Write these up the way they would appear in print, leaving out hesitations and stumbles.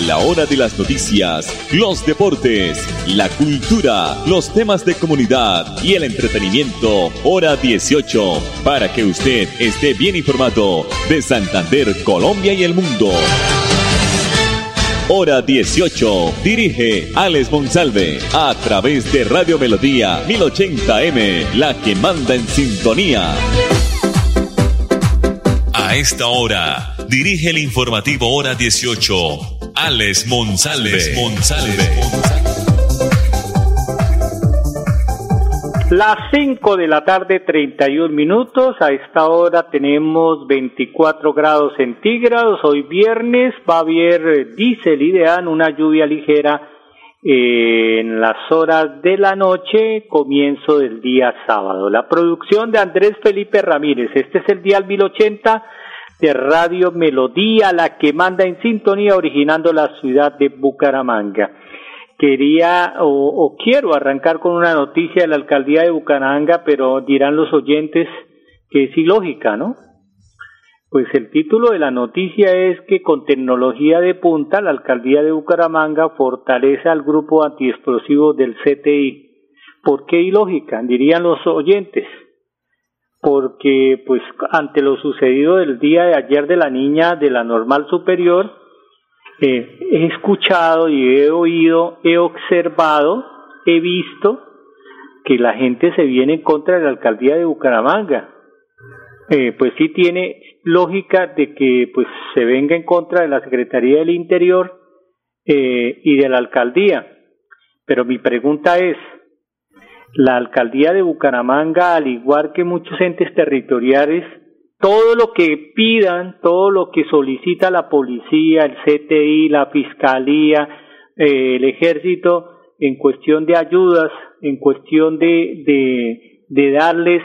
la hora de las noticias, los deportes, la cultura, los temas de comunidad y el entretenimiento, hora 18, para que usted esté bien informado de Santander, Colombia y el mundo. Hora 18, dirige Alex Monsalve, a través de Radio Melodía 1080M, la que manda en sintonía. A esta hora, dirige el informativo Hora 18, Alex Monsalve. Las 5 de la tarde, 31 minutos. A esta hora tenemos 24 grados centígrados. Hoy viernes va a haber, dice el IDEAN, una lluvia ligera en las horas de la noche, comienzo del día sábado. La producción de Andrés Felipe Ramírez. Este es el dial 1080 de Radio Melodía, la que manda en sintonía, originando la ciudad de Bucaramanga. Quiero arrancar con una noticia de la alcaldía de Bucaramanga, pero dirán los oyentes que es ilógica, ¿no? Pues el título de la noticia es que con tecnología de punta, la alcaldía de Bucaramanga fortalece al grupo antiexplosivo del CTI. ¿Por qué ilógica? Dirían los oyentes. Porque, pues, ante lo sucedido del día de ayer de la niña de la Normal Superior, he escuchado y he oído, he observado, he visto que la gente se viene en contra de la alcaldía de Bucaramanga. Pues sí tiene lógica de que pues se venga en contra de la Secretaría del Interior y de la alcaldía. Pero mi pregunta es, la alcaldía de Bucaramanga, al igual que muchos entes territoriales, todo lo que pidan, todo lo que solicita la policía, el CTI, la fiscalía, el ejército, en cuestión de ayudas, en cuestión de darles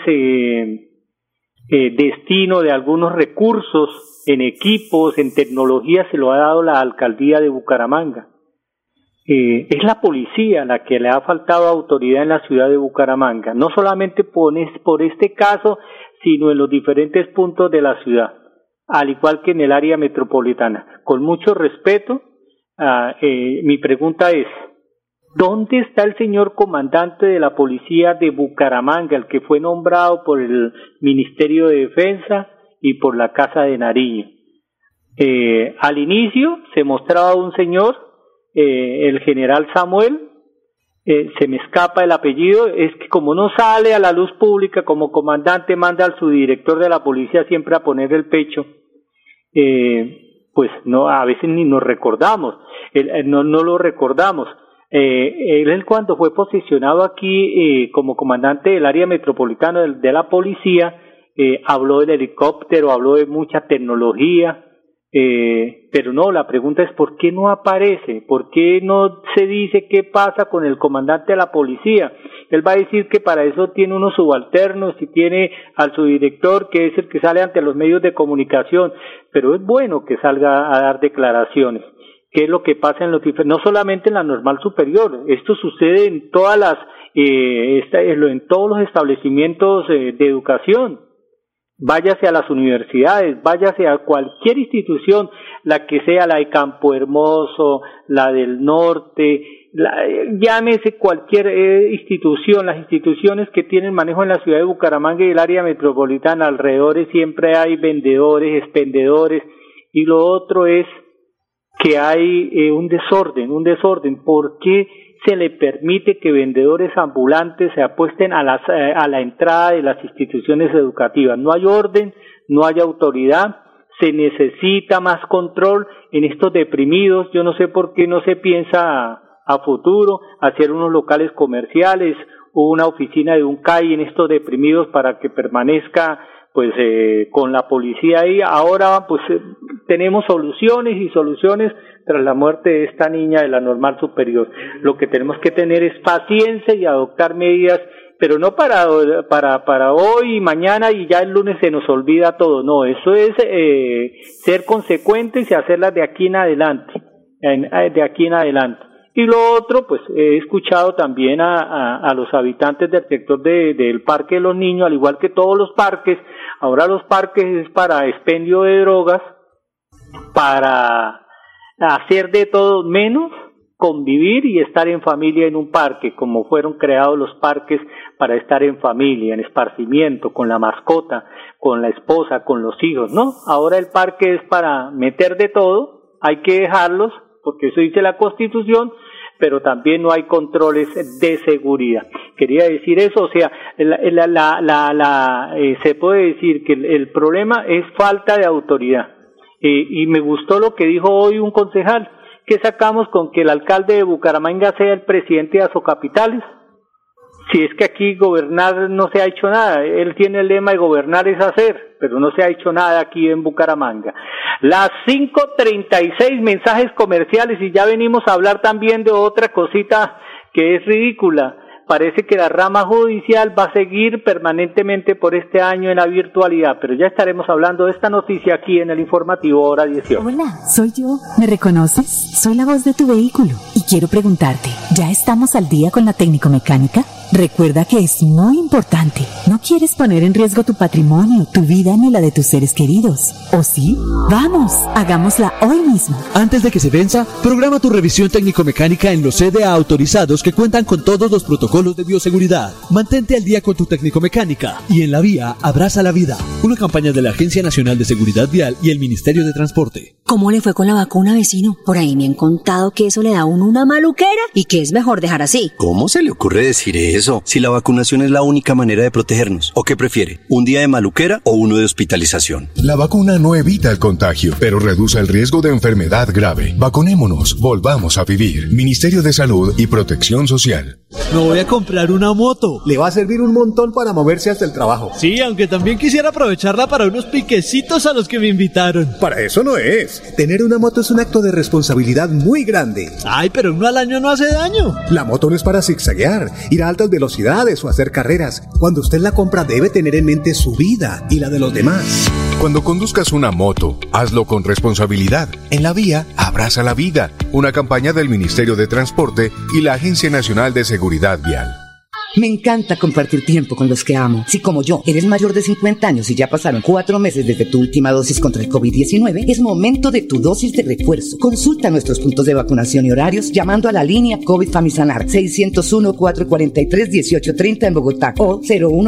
destino de algunos recursos en equipos, en tecnología, se lo ha dado la alcaldía de Bucaramanga. Es la policía la que le ha faltado autoridad en la ciudad de Bucaramanga, no solamente por este caso, sino en los diferentes puntos de la ciudad, al igual que en el área metropolitana. Con mucho respeto, mi pregunta es, ¿dónde está el señor comandante de la policía de Bucaramanga, el que fue nombrado por el Ministerio de Defensa y por la Casa de Nariño? Al inicio se mostraba un señor, el general Samuel, se me escapa el apellido, es que como no sale a la luz pública como comandante, manda al subdirector de la policía siempre a poner el pecho, pues no, a veces ni nos recordamos, no lo recordamos. Él cuando fue posicionado aquí como comandante del área metropolitana de la policía, habló del helicóptero, habló de mucha tecnología, pero no, la pregunta es ¿por qué no aparece? ¿Por qué no se dice qué pasa con el comandante de la policía? Él va a decir que para eso tiene unos subalternos y tiene al subdirector, que es el que sale ante los medios de comunicación, pero es bueno que salga a dar declaraciones. ¿Qué es lo que pasa en los no solamente en la Normal Superior? Esto sucede en todas en todos los establecimientos de educación. Váyase a las universidades, váyase a cualquier institución, la que sea, la de Campo Hermoso, la del norte, llámese cualquier institución, las instituciones que tienen manejo en la ciudad de Bucaramanga y el área metropolitana, alrededor siempre hay vendedores, expendedores, y lo otro es que hay un desorden. ¿Por qué se le permite que vendedores ambulantes se apuesten a la entrada de las instituciones educativas? No hay orden, no hay autoridad, se necesita más control en estos deprimidos. Yo no sé por qué no se piensa a futuro hacer unos locales comerciales o una oficina de un CAI en estos deprimidos para que permanezca pues con la policía ahí. Ahora pues tenemos soluciones y soluciones tras la muerte de esta niña de la Normal Superior. Lo que tenemos que tener es paciencia y adoptar medidas, pero no para hoy y mañana y ya el lunes se nos olvida todo. No, eso es ser consecuentes y hacerlas de aquí en adelante. Y lo otro, pues he escuchado también a los habitantes del sector del Parque de los Niños, al igual que todos los parques. Ahora los parques es para expendio de drogas, para hacer de todo menos convivir y estar en familia en un parque, como fueron creados los parques para estar en familia, en esparcimiento, con la mascota, con la esposa, con los hijos, ¿no? Ahora el parque es para meter de todo, hay que dejarlos, porque eso dice la Constitución, pero también no hay controles de seguridad. Quería decir eso, o sea, se puede decir que el problema es falta de autoridad. Y me gustó lo que dijo hoy un concejal. ¿Qué sacamos con que el alcalde de Bucaramanga sea el presidente de Azocapitales? Si es que aquí gobernar no se ha hecho nada. Él tiene el lema de gobernar es hacer, pero no se ha hecho nada aquí en Bucaramanga. Las 5:36 mensajes comerciales y ya venimos a hablar también de otra cosita que es ridícula. Parece que la rama judicial va a seguir permanentemente por este año en la virtualidad, pero ya estaremos hablando de esta noticia aquí en el informativo Hora 18. Hola, soy yo. ¿Me reconoces? Soy la voz de tu vehículo y quiero preguntarte, ¿ya estamos al día con la técnico-mecánica? Recuerda que es muy importante. No quieres poner en riesgo tu patrimonio, tu vida ni la de tus seres queridos. ¿O sí? Vamos, hagámosla hoy mismo. Antes de que se venza, programa tu revisión técnico-mecánica en los CDA autorizados que cuentan con todos los protocolos de bioseguridad. Mantente al día con tu técnico-mecánica y en la vía abraza la vida. Una campaña de la Agencia Nacional de Seguridad Vial y el Ministerio de Transporte. ¿Cómo le fue con la vacuna, vecino? Por ahí me han contado que eso le da a uno una maluquera y que es mejor dejar así. ¿Cómo se le ocurre decir eso? Si la vacunación es la única manera de protegernos. ¿O qué prefiere? ¿Un día de maluquera o uno de hospitalización? La vacuna no evita el contagio, pero reduce el riesgo de enfermedad grave. Vacunémonos, volvamos a vivir. Ministerio de Salud y Protección Social. Me voy a comprar una moto. Le va a servir un montón para moverse hasta el trabajo. Sí, aunque también quisiera aprovecharla para unos piquecitos a los que me invitaron. Para eso no es. Tener una moto es un acto de responsabilidad muy grande. Ay, pero uno al año no hace daño. La moto no es para zigzaguear, ir a altas velocidades o hacer carreras. Cuando usted la compra debe tener en mente su vida y la de los demás. Cuando conduzcas una moto, hazlo con responsabilidad. En la vía, abraza la vida. Una campaña del Ministerio de Transporte y la Agencia Nacional de Seguridad Vial. Me encanta compartir tiempo con los que amo. Si como yo eres mayor de 50 años y ya pasaron 4 meses desde tu última dosis contra el COVID-19, es momento de tu dosis de refuerzo. Consulta nuestros puntos de vacunación y horarios llamando a la línea COVID Famisanar 601-443-1830 en Bogotá o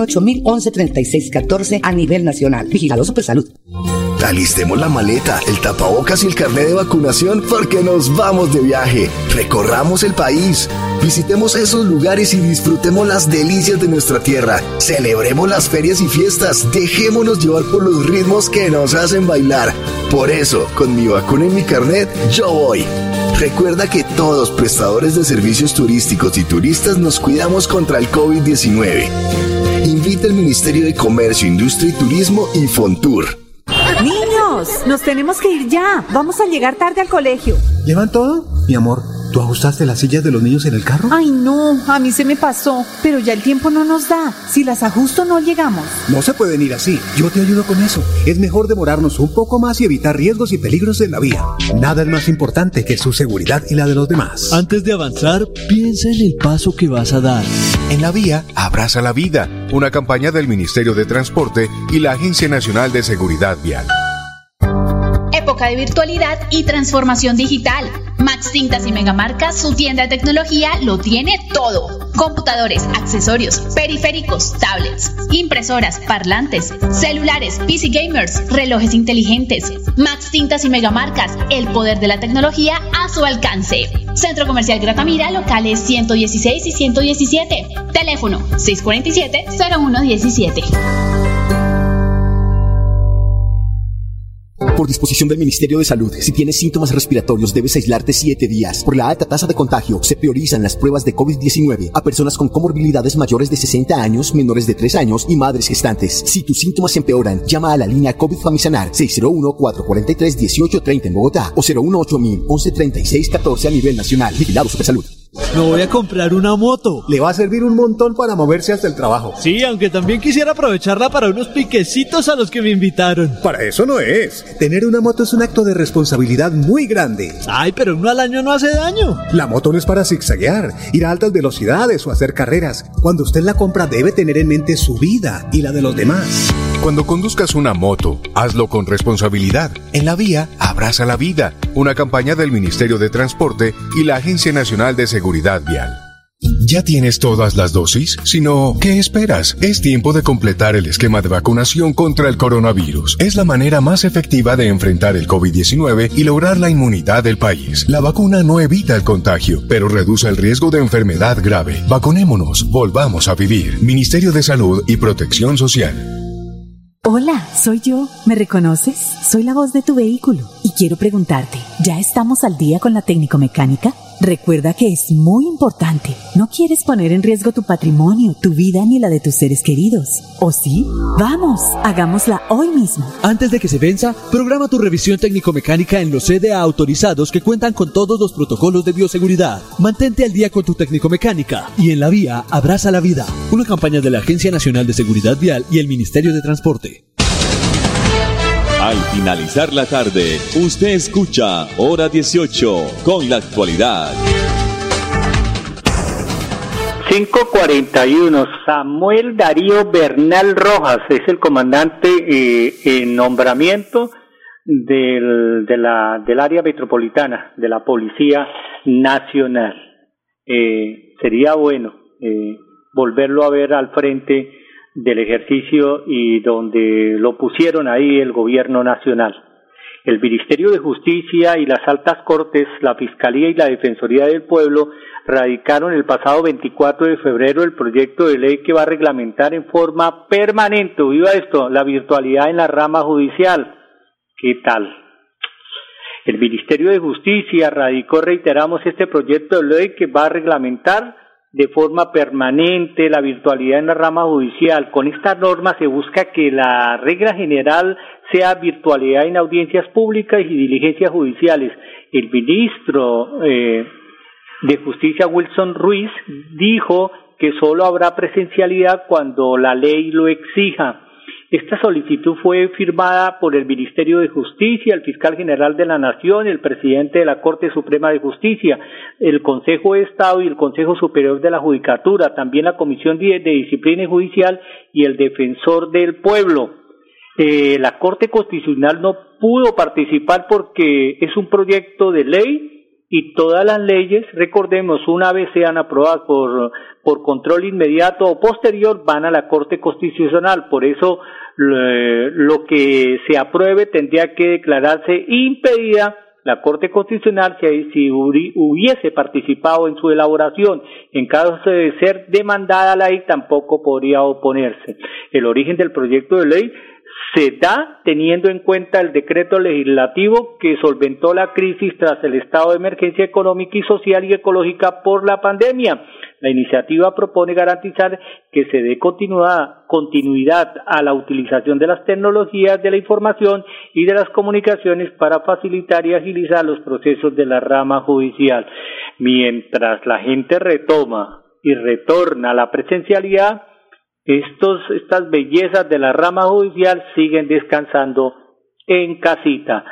018-1136-14 a nivel nacional. Vigilado Supersalud. Alistemos la maleta, el tapabocas y el carnet de vacunación porque nos vamos de viaje. Recorramos el país, visitemos esos lugares y disfrutemos las delicias de nuestra tierra. Celebremos las ferias y fiestas, dejémonos llevar por los ritmos que nos hacen bailar. Por eso, con mi vacuna y mi carnet, yo voy. Recuerda que todos prestadores de servicios turísticos y turistas nos cuidamos contra el COVID-19. Invita al Ministerio de Comercio, Industria y Turismo y Fontur. Niños, nos tenemos que ir ya. Vamos a llegar tarde al colegio. ¿Llevan todo? Mi amor, ¿tú ajustaste las sillas de los niños en el carro? Ay, no, a mí se me pasó, pero ya el tiempo no nos da. Si las ajusto no llegamos. No se pueden ir así. Yo te ayudo con eso. Es mejor demorarnos un poco más y evitar riesgos y peligros en la vía. Nada es más importante que su seguridad y la de los demás. Antes de avanzar, piensa en el paso que vas a dar. En la vía, abraza la vida. Una campaña del Ministerio de Transporte y la Agencia Nacional de Seguridad Vial. Época de virtualidad y transformación digital. Max Tintas y Megamarcas, su tienda de tecnología, lo tiene todo. Computadores, accesorios, periféricos, tablets, impresoras, parlantes, celulares, PC gamers, relojes inteligentes. Max Tintas y Megamarcas, el poder de la tecnología a su alcance. Centro Comercial Gratamira, locales 116 y 117. Teléfono 647-0117. Por disposición del Ministerio de Salud, si tienes síntomas respiratorios debes aislarte 7 días. Por la alta tasa de contagio, se priorizan las pruebas de COVID-19 a personas con comorbilidades mayores de 60 años, menores de 3 años y madres gestantes. Si tus síntomas empeoran, llama a la línea COVID Famisanar 601-443-1830 en Bogotá o 018-1136-14 a nivel nacional. Vigilado Supersalud. Me voy a comprar una moto. Le va a servir un montón para moverse hasta el trabajo. Sí, aunque también quisiera aprovecharla para unos piquecitos a los que me invitaron. Para eso no es. Tener una moto es un acto de responsabilidad muy grande. Ay, pero uno al año no hace daño. La moto no es para zigzaguear, ir a altas velocidades o hacer carreras. Cuando usted la compra debe tener en mente su vida y la de los demás. Cuando conduzcas una moto, hazlo con responsabilidad. En la vía, abraza la vida. una campaña del Ministerio de Transporte y la Agencia Nacional de Seguridad Vial. ¿Ya tienes todas las dosis? Si no, ¿qué esperas? Es tiempo de completar el esquema de vacunación contra el coronavirus. Es la manera más efectiva de enfrentar el COVID-19 y lograr la inmunidad del país. La vacuna no evita el contagio, pero reduce el riesgo de enfermedad grave. Vacunémonos, volvamos a vivir. Ministerio de Salud y Protección Social. Hola, soy yo. ¿Me reconoces? Soy la voz de tu vehículo y quiero preguntarte, ¿ya estamos al día con la técnico-mecánica? Recuerda que es muy importante. No quieres poner en riesgo tu patrimonio, tu vida ni la de tus seres queridos. ¿O sí? Vamos, hagámosla hoy mismo. Antes de que se venza, programa tu revisión técnico-mecánica en los CDA autorizados que cuentan con todos los protocolos de bioseguridad. Mantente al día con tu técnico-mecánica y en la vía abraza la vida. Una campaña de la Agencia Nacional de Seguridad Vial y el Ministerio de Transporte. Al finalizar la tarde, usted escucha Hora 18 con la actualidad. 5:41. Samuel Darío Bernal Rojas es el comandante en nombramiento del área metropolitana de la Policía Nacional. Sería bueno volverlo a ver al frente del ejercicio y donde lo pusieron ahí el gobierno nacional. El Ministerio de Justicia y las altas cortes, la Fiscalía y la Defensoría del Pueblo radicaron el pasado 24 de febrero el proyecto de ley que va a reglamentar en forma permanente, oiga esto, la virtualidad en la rama judicial. ¿Qué tal? El Ministerio de Justicia radicó, reiteramos, este proyecto de ley que va a reglamentar de forma permanente la virtualidad en la rama judicial. Con esta norma se busca que la regla general sea virtualidad en audiencias públicas y diligencias judiciales. El ministro de Justicia, Wilson Ruiz, dijo que solo habrá presencialidad cuando la ley lo exija. Esta solicitud fue firmada por el Ministerio de Justicia, el Fiscal General de la Nación, el Presidente de la Corte Suprema de Justicia, el Consejo de Estado y el Consejo Superior de la Judicatura, también la Comisión de Disciplina Judicial y el Defensor del Pueblo. La Corte Constitucional no pudo participar porque es un proyecto de ley y todas las leyes, recordemos, una vez sean aprobadas por control inmediato o posterior, van a la Corte Constitucional. Por eso lo que se apruebe tendría que declararse impedida la Corte Constitucional si hubiese participado en su elaboración. En caso de ser demandada la ley, tampoco podría oponerse. El origen del proyecto de ley se da teniendo en cuenta el decreto legislativo que solventó la crisis tras el estado de emergencia económica y social y ecológica por la pandemia. La iniciativa propone garantizar que se dé continuidad a la utilización de las tecnologías de la información y de las comunicaciones para facilitar y agilizar los procesos de la rama judicial. Mientras la gente retoma y retorna a la presencialidad, estas bellezas de la rama judicial siguen descansando en casita.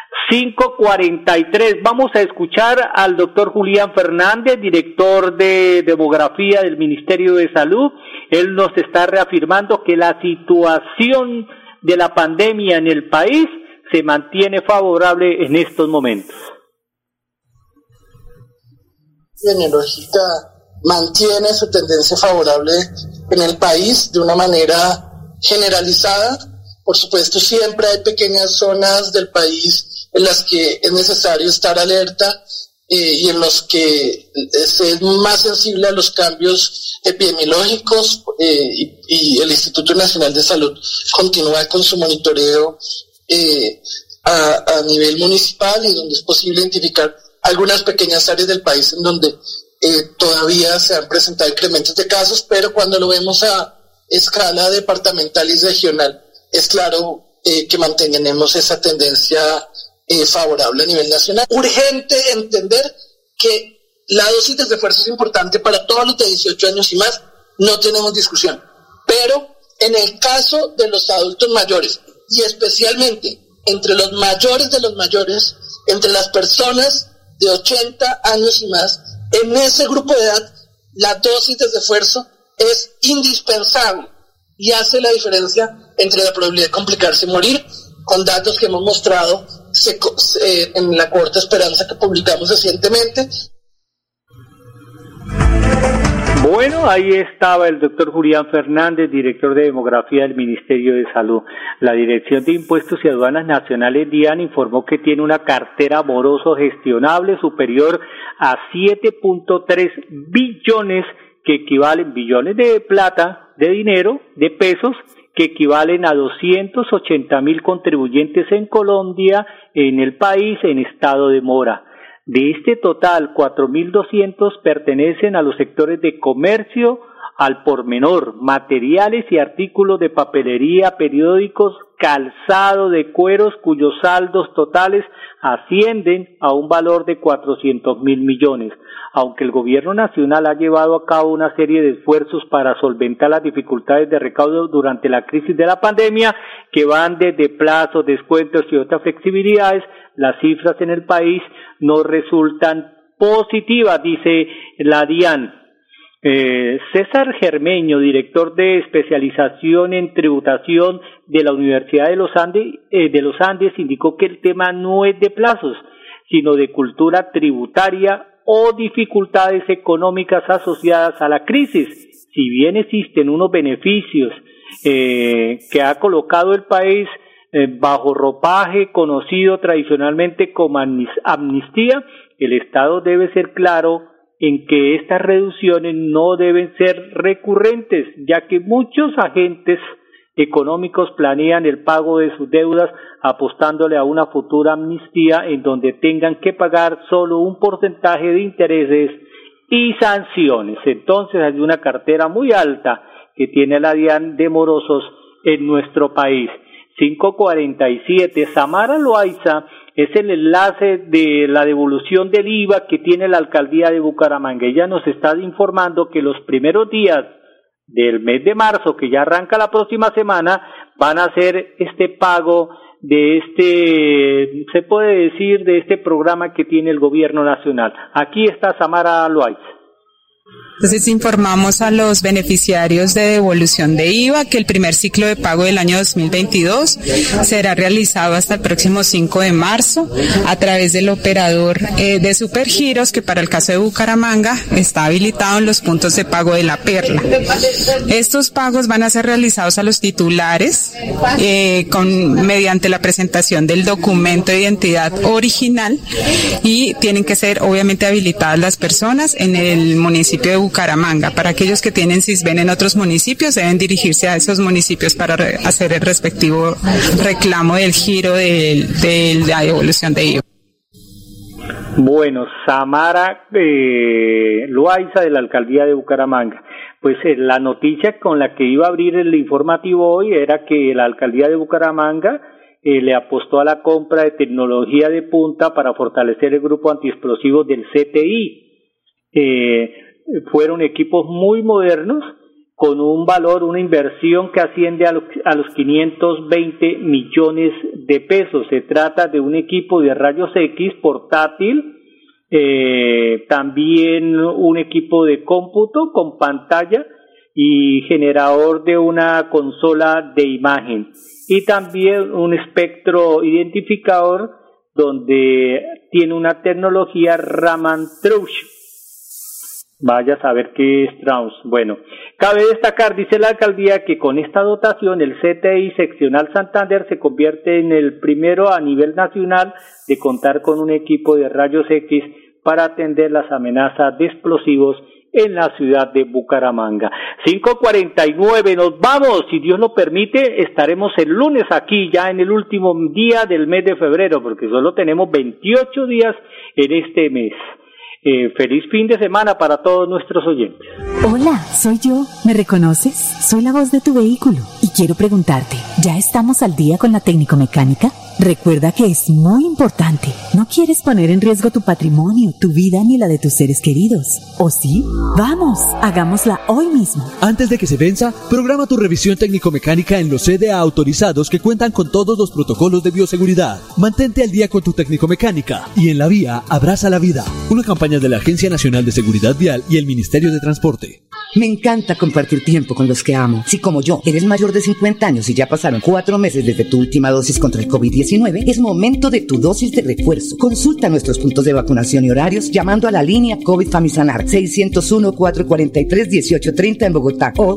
5:43. Vamos a escuchar al doctor Julián Fernández, director de demografía del Ministerio de Salud. Él nos está reafirmando que la situación de la pandemia en el país se mantiene favorable en estos momentos. Epidemiológica mantiene su tendencia favorable en el país de una manera generalizada. Por supuesto, siempre hay pequeñas zonas del país en las que es necesario estar alerta y en los que se es más sensible a los cambios epidemiológicos y el Instituto Nacional de Salud continúa con su monitoreo a nivel municipal y donde es posible identificar algunas pequeñas áreas del país en donde todavía se han presentado incrementos de casos, pero cuando lo vemos a escala departamental y regional, es claro que mantenemos esa tendencia favorable a nivel nacional. Urgente entender que la dosis de refuerzo es importante para todos los de 18 años y más, no tenemos discusión, pero en el caso de los adultos mayores y especialmente entre los mayores de los mayores, entre las personas de 80 años y más, en ese grupo de edad la dosis de refuerzo es indispensable y hace la diferencia entre la probabilidad de complicarse y morir, con datos que hemos mostrado en la Corte Esperanza que publicamos recientemente. Bueno, ahí estaba el doctor Julián Fernández, director de Demografía del Ministerio de Salud. La Dirección de Impuestos y Aduanas Nacionales, DIAN, informó que tiene una cartera moroso gestionable superior a 7.3 billones, que equivalen billones de plata, de dinero, de pesos, que equivalen a 280,000 contribuyentes en Colombia, en el país, en estado de mora. De este total, 4.200 pertenecen a los sectores de comercio al por menor, materiales y artículos de papelería, periódicos, calzado de cueros, cuyos saldos totales ascienden a un valor de 400,000 millones. Aunque el gobierno nacional ha llevado a cabo una serie de esfuerzos para solventar las dificultades de recaudo durante la crisis de la pandemia, que van desde plazos, descuentos y otras flexibilidades, las cifras en el país no resultan positivas, dice la DIAN. César Germeño, director de especialización en tributación de la Universidad de los Andes, indicó que el tema no es de plazos, sino de cultura tributaria o dificultades económicas asociadas a la crisis. Si bien existen unos beneficios que ha colocado el país bajo ropaje conocido tradicionalmente como amnistía, el Estado debe ser claro en que estas reducciones no deben ser recurrentes, ya que muchos agentes económicos planean el pago de sus deudas apostándole a una futura amnistía en donde tengan que pagar solo un porcentaje de intereses y sanciones. Entonces hay una cartera muy alta que tiene la DIAN de morosos en nuestro país. 547, Samara Loaiza es el enlace de la devolución del IVA que tiene la alcaldía de Bucaramanga. Ella nos está informando que los primeros días del mes de marzo, que ya arranca la próxima semana, van a hacer este pago de se puede decir, de este programa que tiene el gobierno nacional. Aquí está Samara Loaiza. Entonces informamos a los beneficiarios de devolución de IVA que el primer ciclo de pago del año 2022 será realizado hasta el próximo 5 de marzo a través del operador de Supergiros, que para el caso de Bucaramanga está habilitado en los puntos de pago de La Perla. Estos pagos van a ser realizados a los titulares mediante la presentación del documento de identidad original, y tienen que ser obviamente habilitadas las personas en el municipio de Bucaramanga. Para aquellos que tienen SISBEN en otros municipios, deben dirigirse a esos municipios para hacer el respectivo reclamo del giro de la devolución de IVA. Bueno, Samara Loaiza, de la alcaldía de Bucaramanga. Pues la noticia con la que iba a abrir el informativo hoy era que la alcaldía de Bucaramanga le apostó a la compra de tecnología de punta para fortalecer el grupo antiexplosivos del CTI. Fueron equipos muy modernos con un valor, una inversión que asciende a los 520 millones de pesos. Se trata de un equipo de rayos X portátil, también un equipo de cómputo con pantalla y generador de una consola de imagen, y también un espectro identificador donde tiene una tecnología Raman-Troush. Vaya a saber qué es Strauss. Bueno, cabe destacar, dice la alcaldía, que con esta dotación el CTI Seccional Santander se convierte en el primero a nivel nacional de contar con un equipo de rayos X para atender las amenazas de explosivos en la ciudad de Bucaramanga. 5:49, nos vamos, si Dios lo permite, estaremos el lunes aquí ya en el último día del mes de febrero, porque solo tenemos 28 días en este mes. Feliz fin de semana para todos nuestros oyentes. Hola, soy yo. ¿Me reconoces? Soy la voz de tu vehículo y quiero preguntarte, ¿ya estamos al día con la técnico-mecánica? Recuerda que es muy importante. No quieres poner en riesgo tu patrimonio, tu vida ni la de tus seres queridos. ¿O sí? Vamos, hagámosla hoy mismo. Antes de que se venza, programa tu revisión técnico-mecánica en los CDA autorizados que cuentan con todos los protocolos de bioseguridad. Mantente al día con tu técnico-mecánica y en la vía abraza la vida. Una campaña de la Agencia Nacional de Seguridad Vial y el Ministerio de Transporte. Me encanta compartir tiempo con los que amo. Si como yo eres mayor de 50 años y ya pasaron 4 meses desde tu última dosis contra el COVID-19, es momento de tu dosis de refuerzo. Consulta nuestros puntos de vacunación y horarios llamando a la línea COVID Famisanar 601-443-1830 en Bogotá o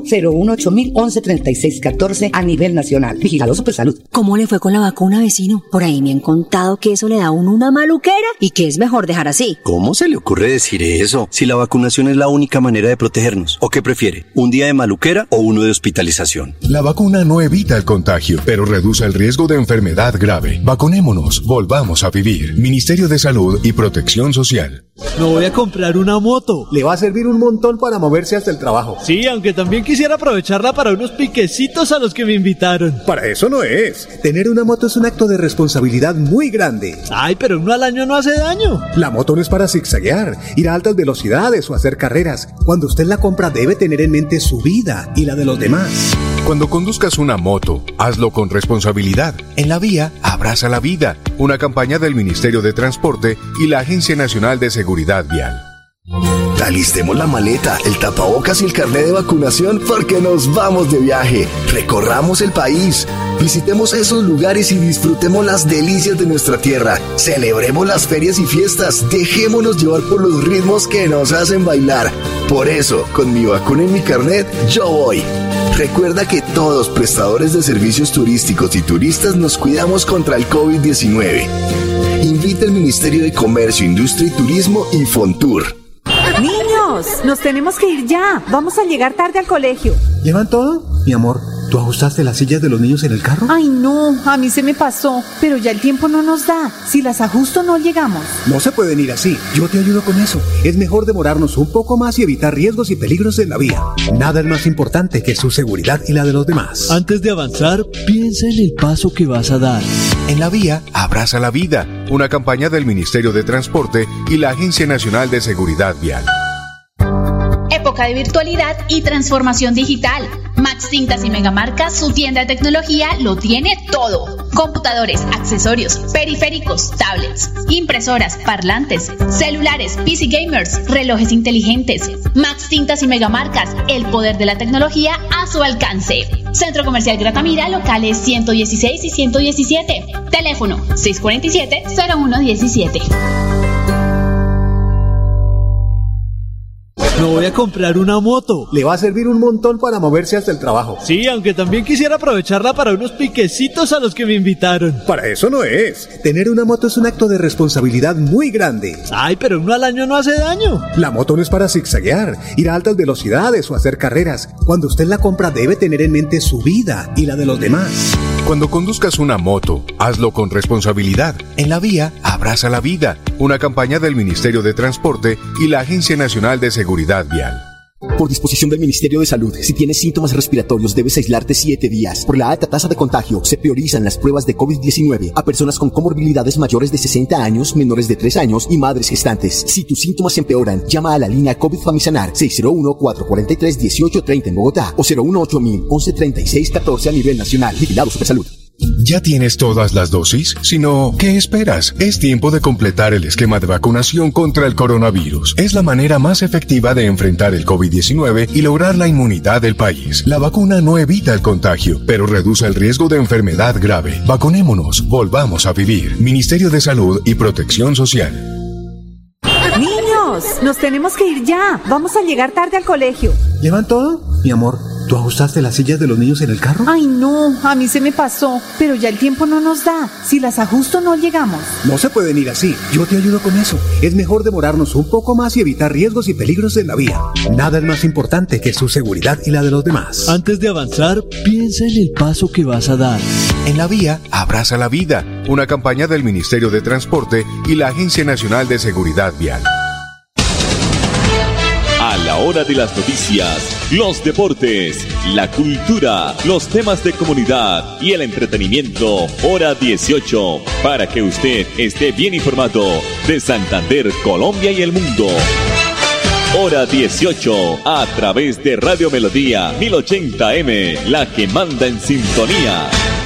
018-1136-14 a nivel nacional. Vigilado Supersalud. ¿Cómo le fue con la vacuna, vecino? Por ahí me han contado que eso le da a uno una maluquera y que es mejor dejar así. ¿Cómo se le ocurre decir eso? Si la vacunación es la única manera de protegernos. ¿O qué prefiere? ¿Un día de maluquera o uno de hospitalización? La vacuna no evita el contagio, pero reduce el riesgo de enfermedad grave. Vacunémonos, volvamos a vivir. Ministerio de Salud y Protección Social. Me voy a comprar una moto. Le va a servir un montón para moverse hasta el trabajo. Sí, aunque también quisiera aprovecharla para unos piquecitos a los que me invitaron. Para eso no es. Tener una moto es un acto de responsabilidad muy grande. Ay, pero uno al año no hace daño. La moto no es para zigzaguear, ir a altas velocidades o hacer carreras. Cuando usted la compra debe tener en mente su vida y la de los demás. Cuando conduzcas una moto, hazlo con responsabilidad. En la vía, abraza la vida. Una campaña del Ministerio de Transporte y la Agencia Nacional de Seguridad Vial. Alistemos la maleta, el tapabocas y el carnet de vacunación porque nos vamos de viaje. Recorramos el país. Visitemos esos lugares y disfrutemos las delicias de nuestra tierra. Celebremos las ferias y fiestas. Dejémonos llevar por los ritmos que nos hacen bailar. Por eso, con mi vacuna y mi carnet, yo voy. Recuerda que todos prestadores de servicios turísticos y turistas nos cuidamos contra el COVID-19. Invita el Ministerio de Comercio, Industria y Turismo y Fontur. Niños, nos tenemos que ir ya. Vamos a llegar tarde al colegio. ¿Llevan todo? Mi amor, ¿tú ajustaste las sillas de los niños en el carro? Ay, no, a mí se me pasó. Pero ya el tiempo no nos da. Si las ajusto no llegamos. No se pueden ir así. Yo te ayudo con eso. Es mejor demorarnos un poco más y evitar riesgos y peligros en la vía. Nada es más importante que su seguridad y la de los demás. Antes de avanzar, piensa en el paso que vas a dar. En la vía, abraza la vida. Una campaña del Ministerio de Transporte y la Agencia Nacional de Seguridad Vial. Época de virtualidad y transformación digital. Max Tintas y Megamarcas, su tienda de tecnología, lo tiene todo. Computadores, accesorios, periféricos, tablets, impresoras, parlantes, celulares, PC gamers, relojes inteligentes. Max Tintas y Megamarcas, el poder de la tecnología a su alcance. Centro Comercial Gratamira, locales 116 y 117. Teléfono 647-0117. Me voy a comprar una moto. Le va a servir un montón para moverse hasta el trabajo. Sí, aunque también quisiera aprovecharla para unos piquecitos a los que me invitaron. Para eso no es. Tener una moto es un acto de responsabilidad muy grande. Ay, pero uno al año no hace daño. La moto no es para zigzaguear, ir a altas velocidades o hacer carreras. Cuando usted la compra debe tener en mente su vida y la de los demás. Cuando conduzcas una moto, hazlo con responsabilidad. En la vía, abraza la vida. Una campaña del Ministerio de Transporte y la Agencia Nacional de Seguridad Vial. Por disposición del Ministerio de Salud, si tienes síntomas respiratorios debes aislarte 7 días. Por la alta tasa de contagio, se priorizan las pruebas de COVID-19 a personas con comorbilidades mayores de 60 años, menores de 3 años y madres gestantes. Si tus síntomas empeoran, llama a la línea COVID Famisanar 601-443-1830 en Bogotá o 018-1136-14 a nivel nacional. Vigilado Supersalud. ¿Ya tienes todas las dosis? Si no, ¿qué esperas? Es tiempo de completar el esquema de vacunación contra el coronavirus. Es la manera más efectiva de enfrentar el COVID-19 y lograr la inmunidad del país. La vacuna no evita el contagio, pero reduce el riesgo de enfermedad grave. Vacunémonos, volvamos a vivir. Ministerio de Salud y Protección Social. Niños, nos tenemos que ir ya. Vamos a llegar tarde al colegio. ¿Llevan todo? Mi amor, ¿tú ajustaste las sillas de los niños en el carro? Ay, no, a mí se me pasó. Pero ya el tiempo no nos da. Si las ajusto no llegamos. No se pueden ir así. Yo te ayudo con eso. Es mejor demorarnos un poco más y evitar riesgos y peligros en la vía. Nada es más importante que su seguridad y la de los demás. Antes de avanzar, piensa en el paso que vas a dar. En la vía, abraza la vida. Una campaña del Ministerio de Transporte y la Agencia Nacional de Seguridad Vial. A la hora de las noticias, los deportes, la cultura, los temas de comunidad y el entretenimiento, hora 18, para que usted esté bien informado de Santander, Colombia y el mundo. Hora 18, a través de Radio Melodía 1080M, la que manda en sintonía.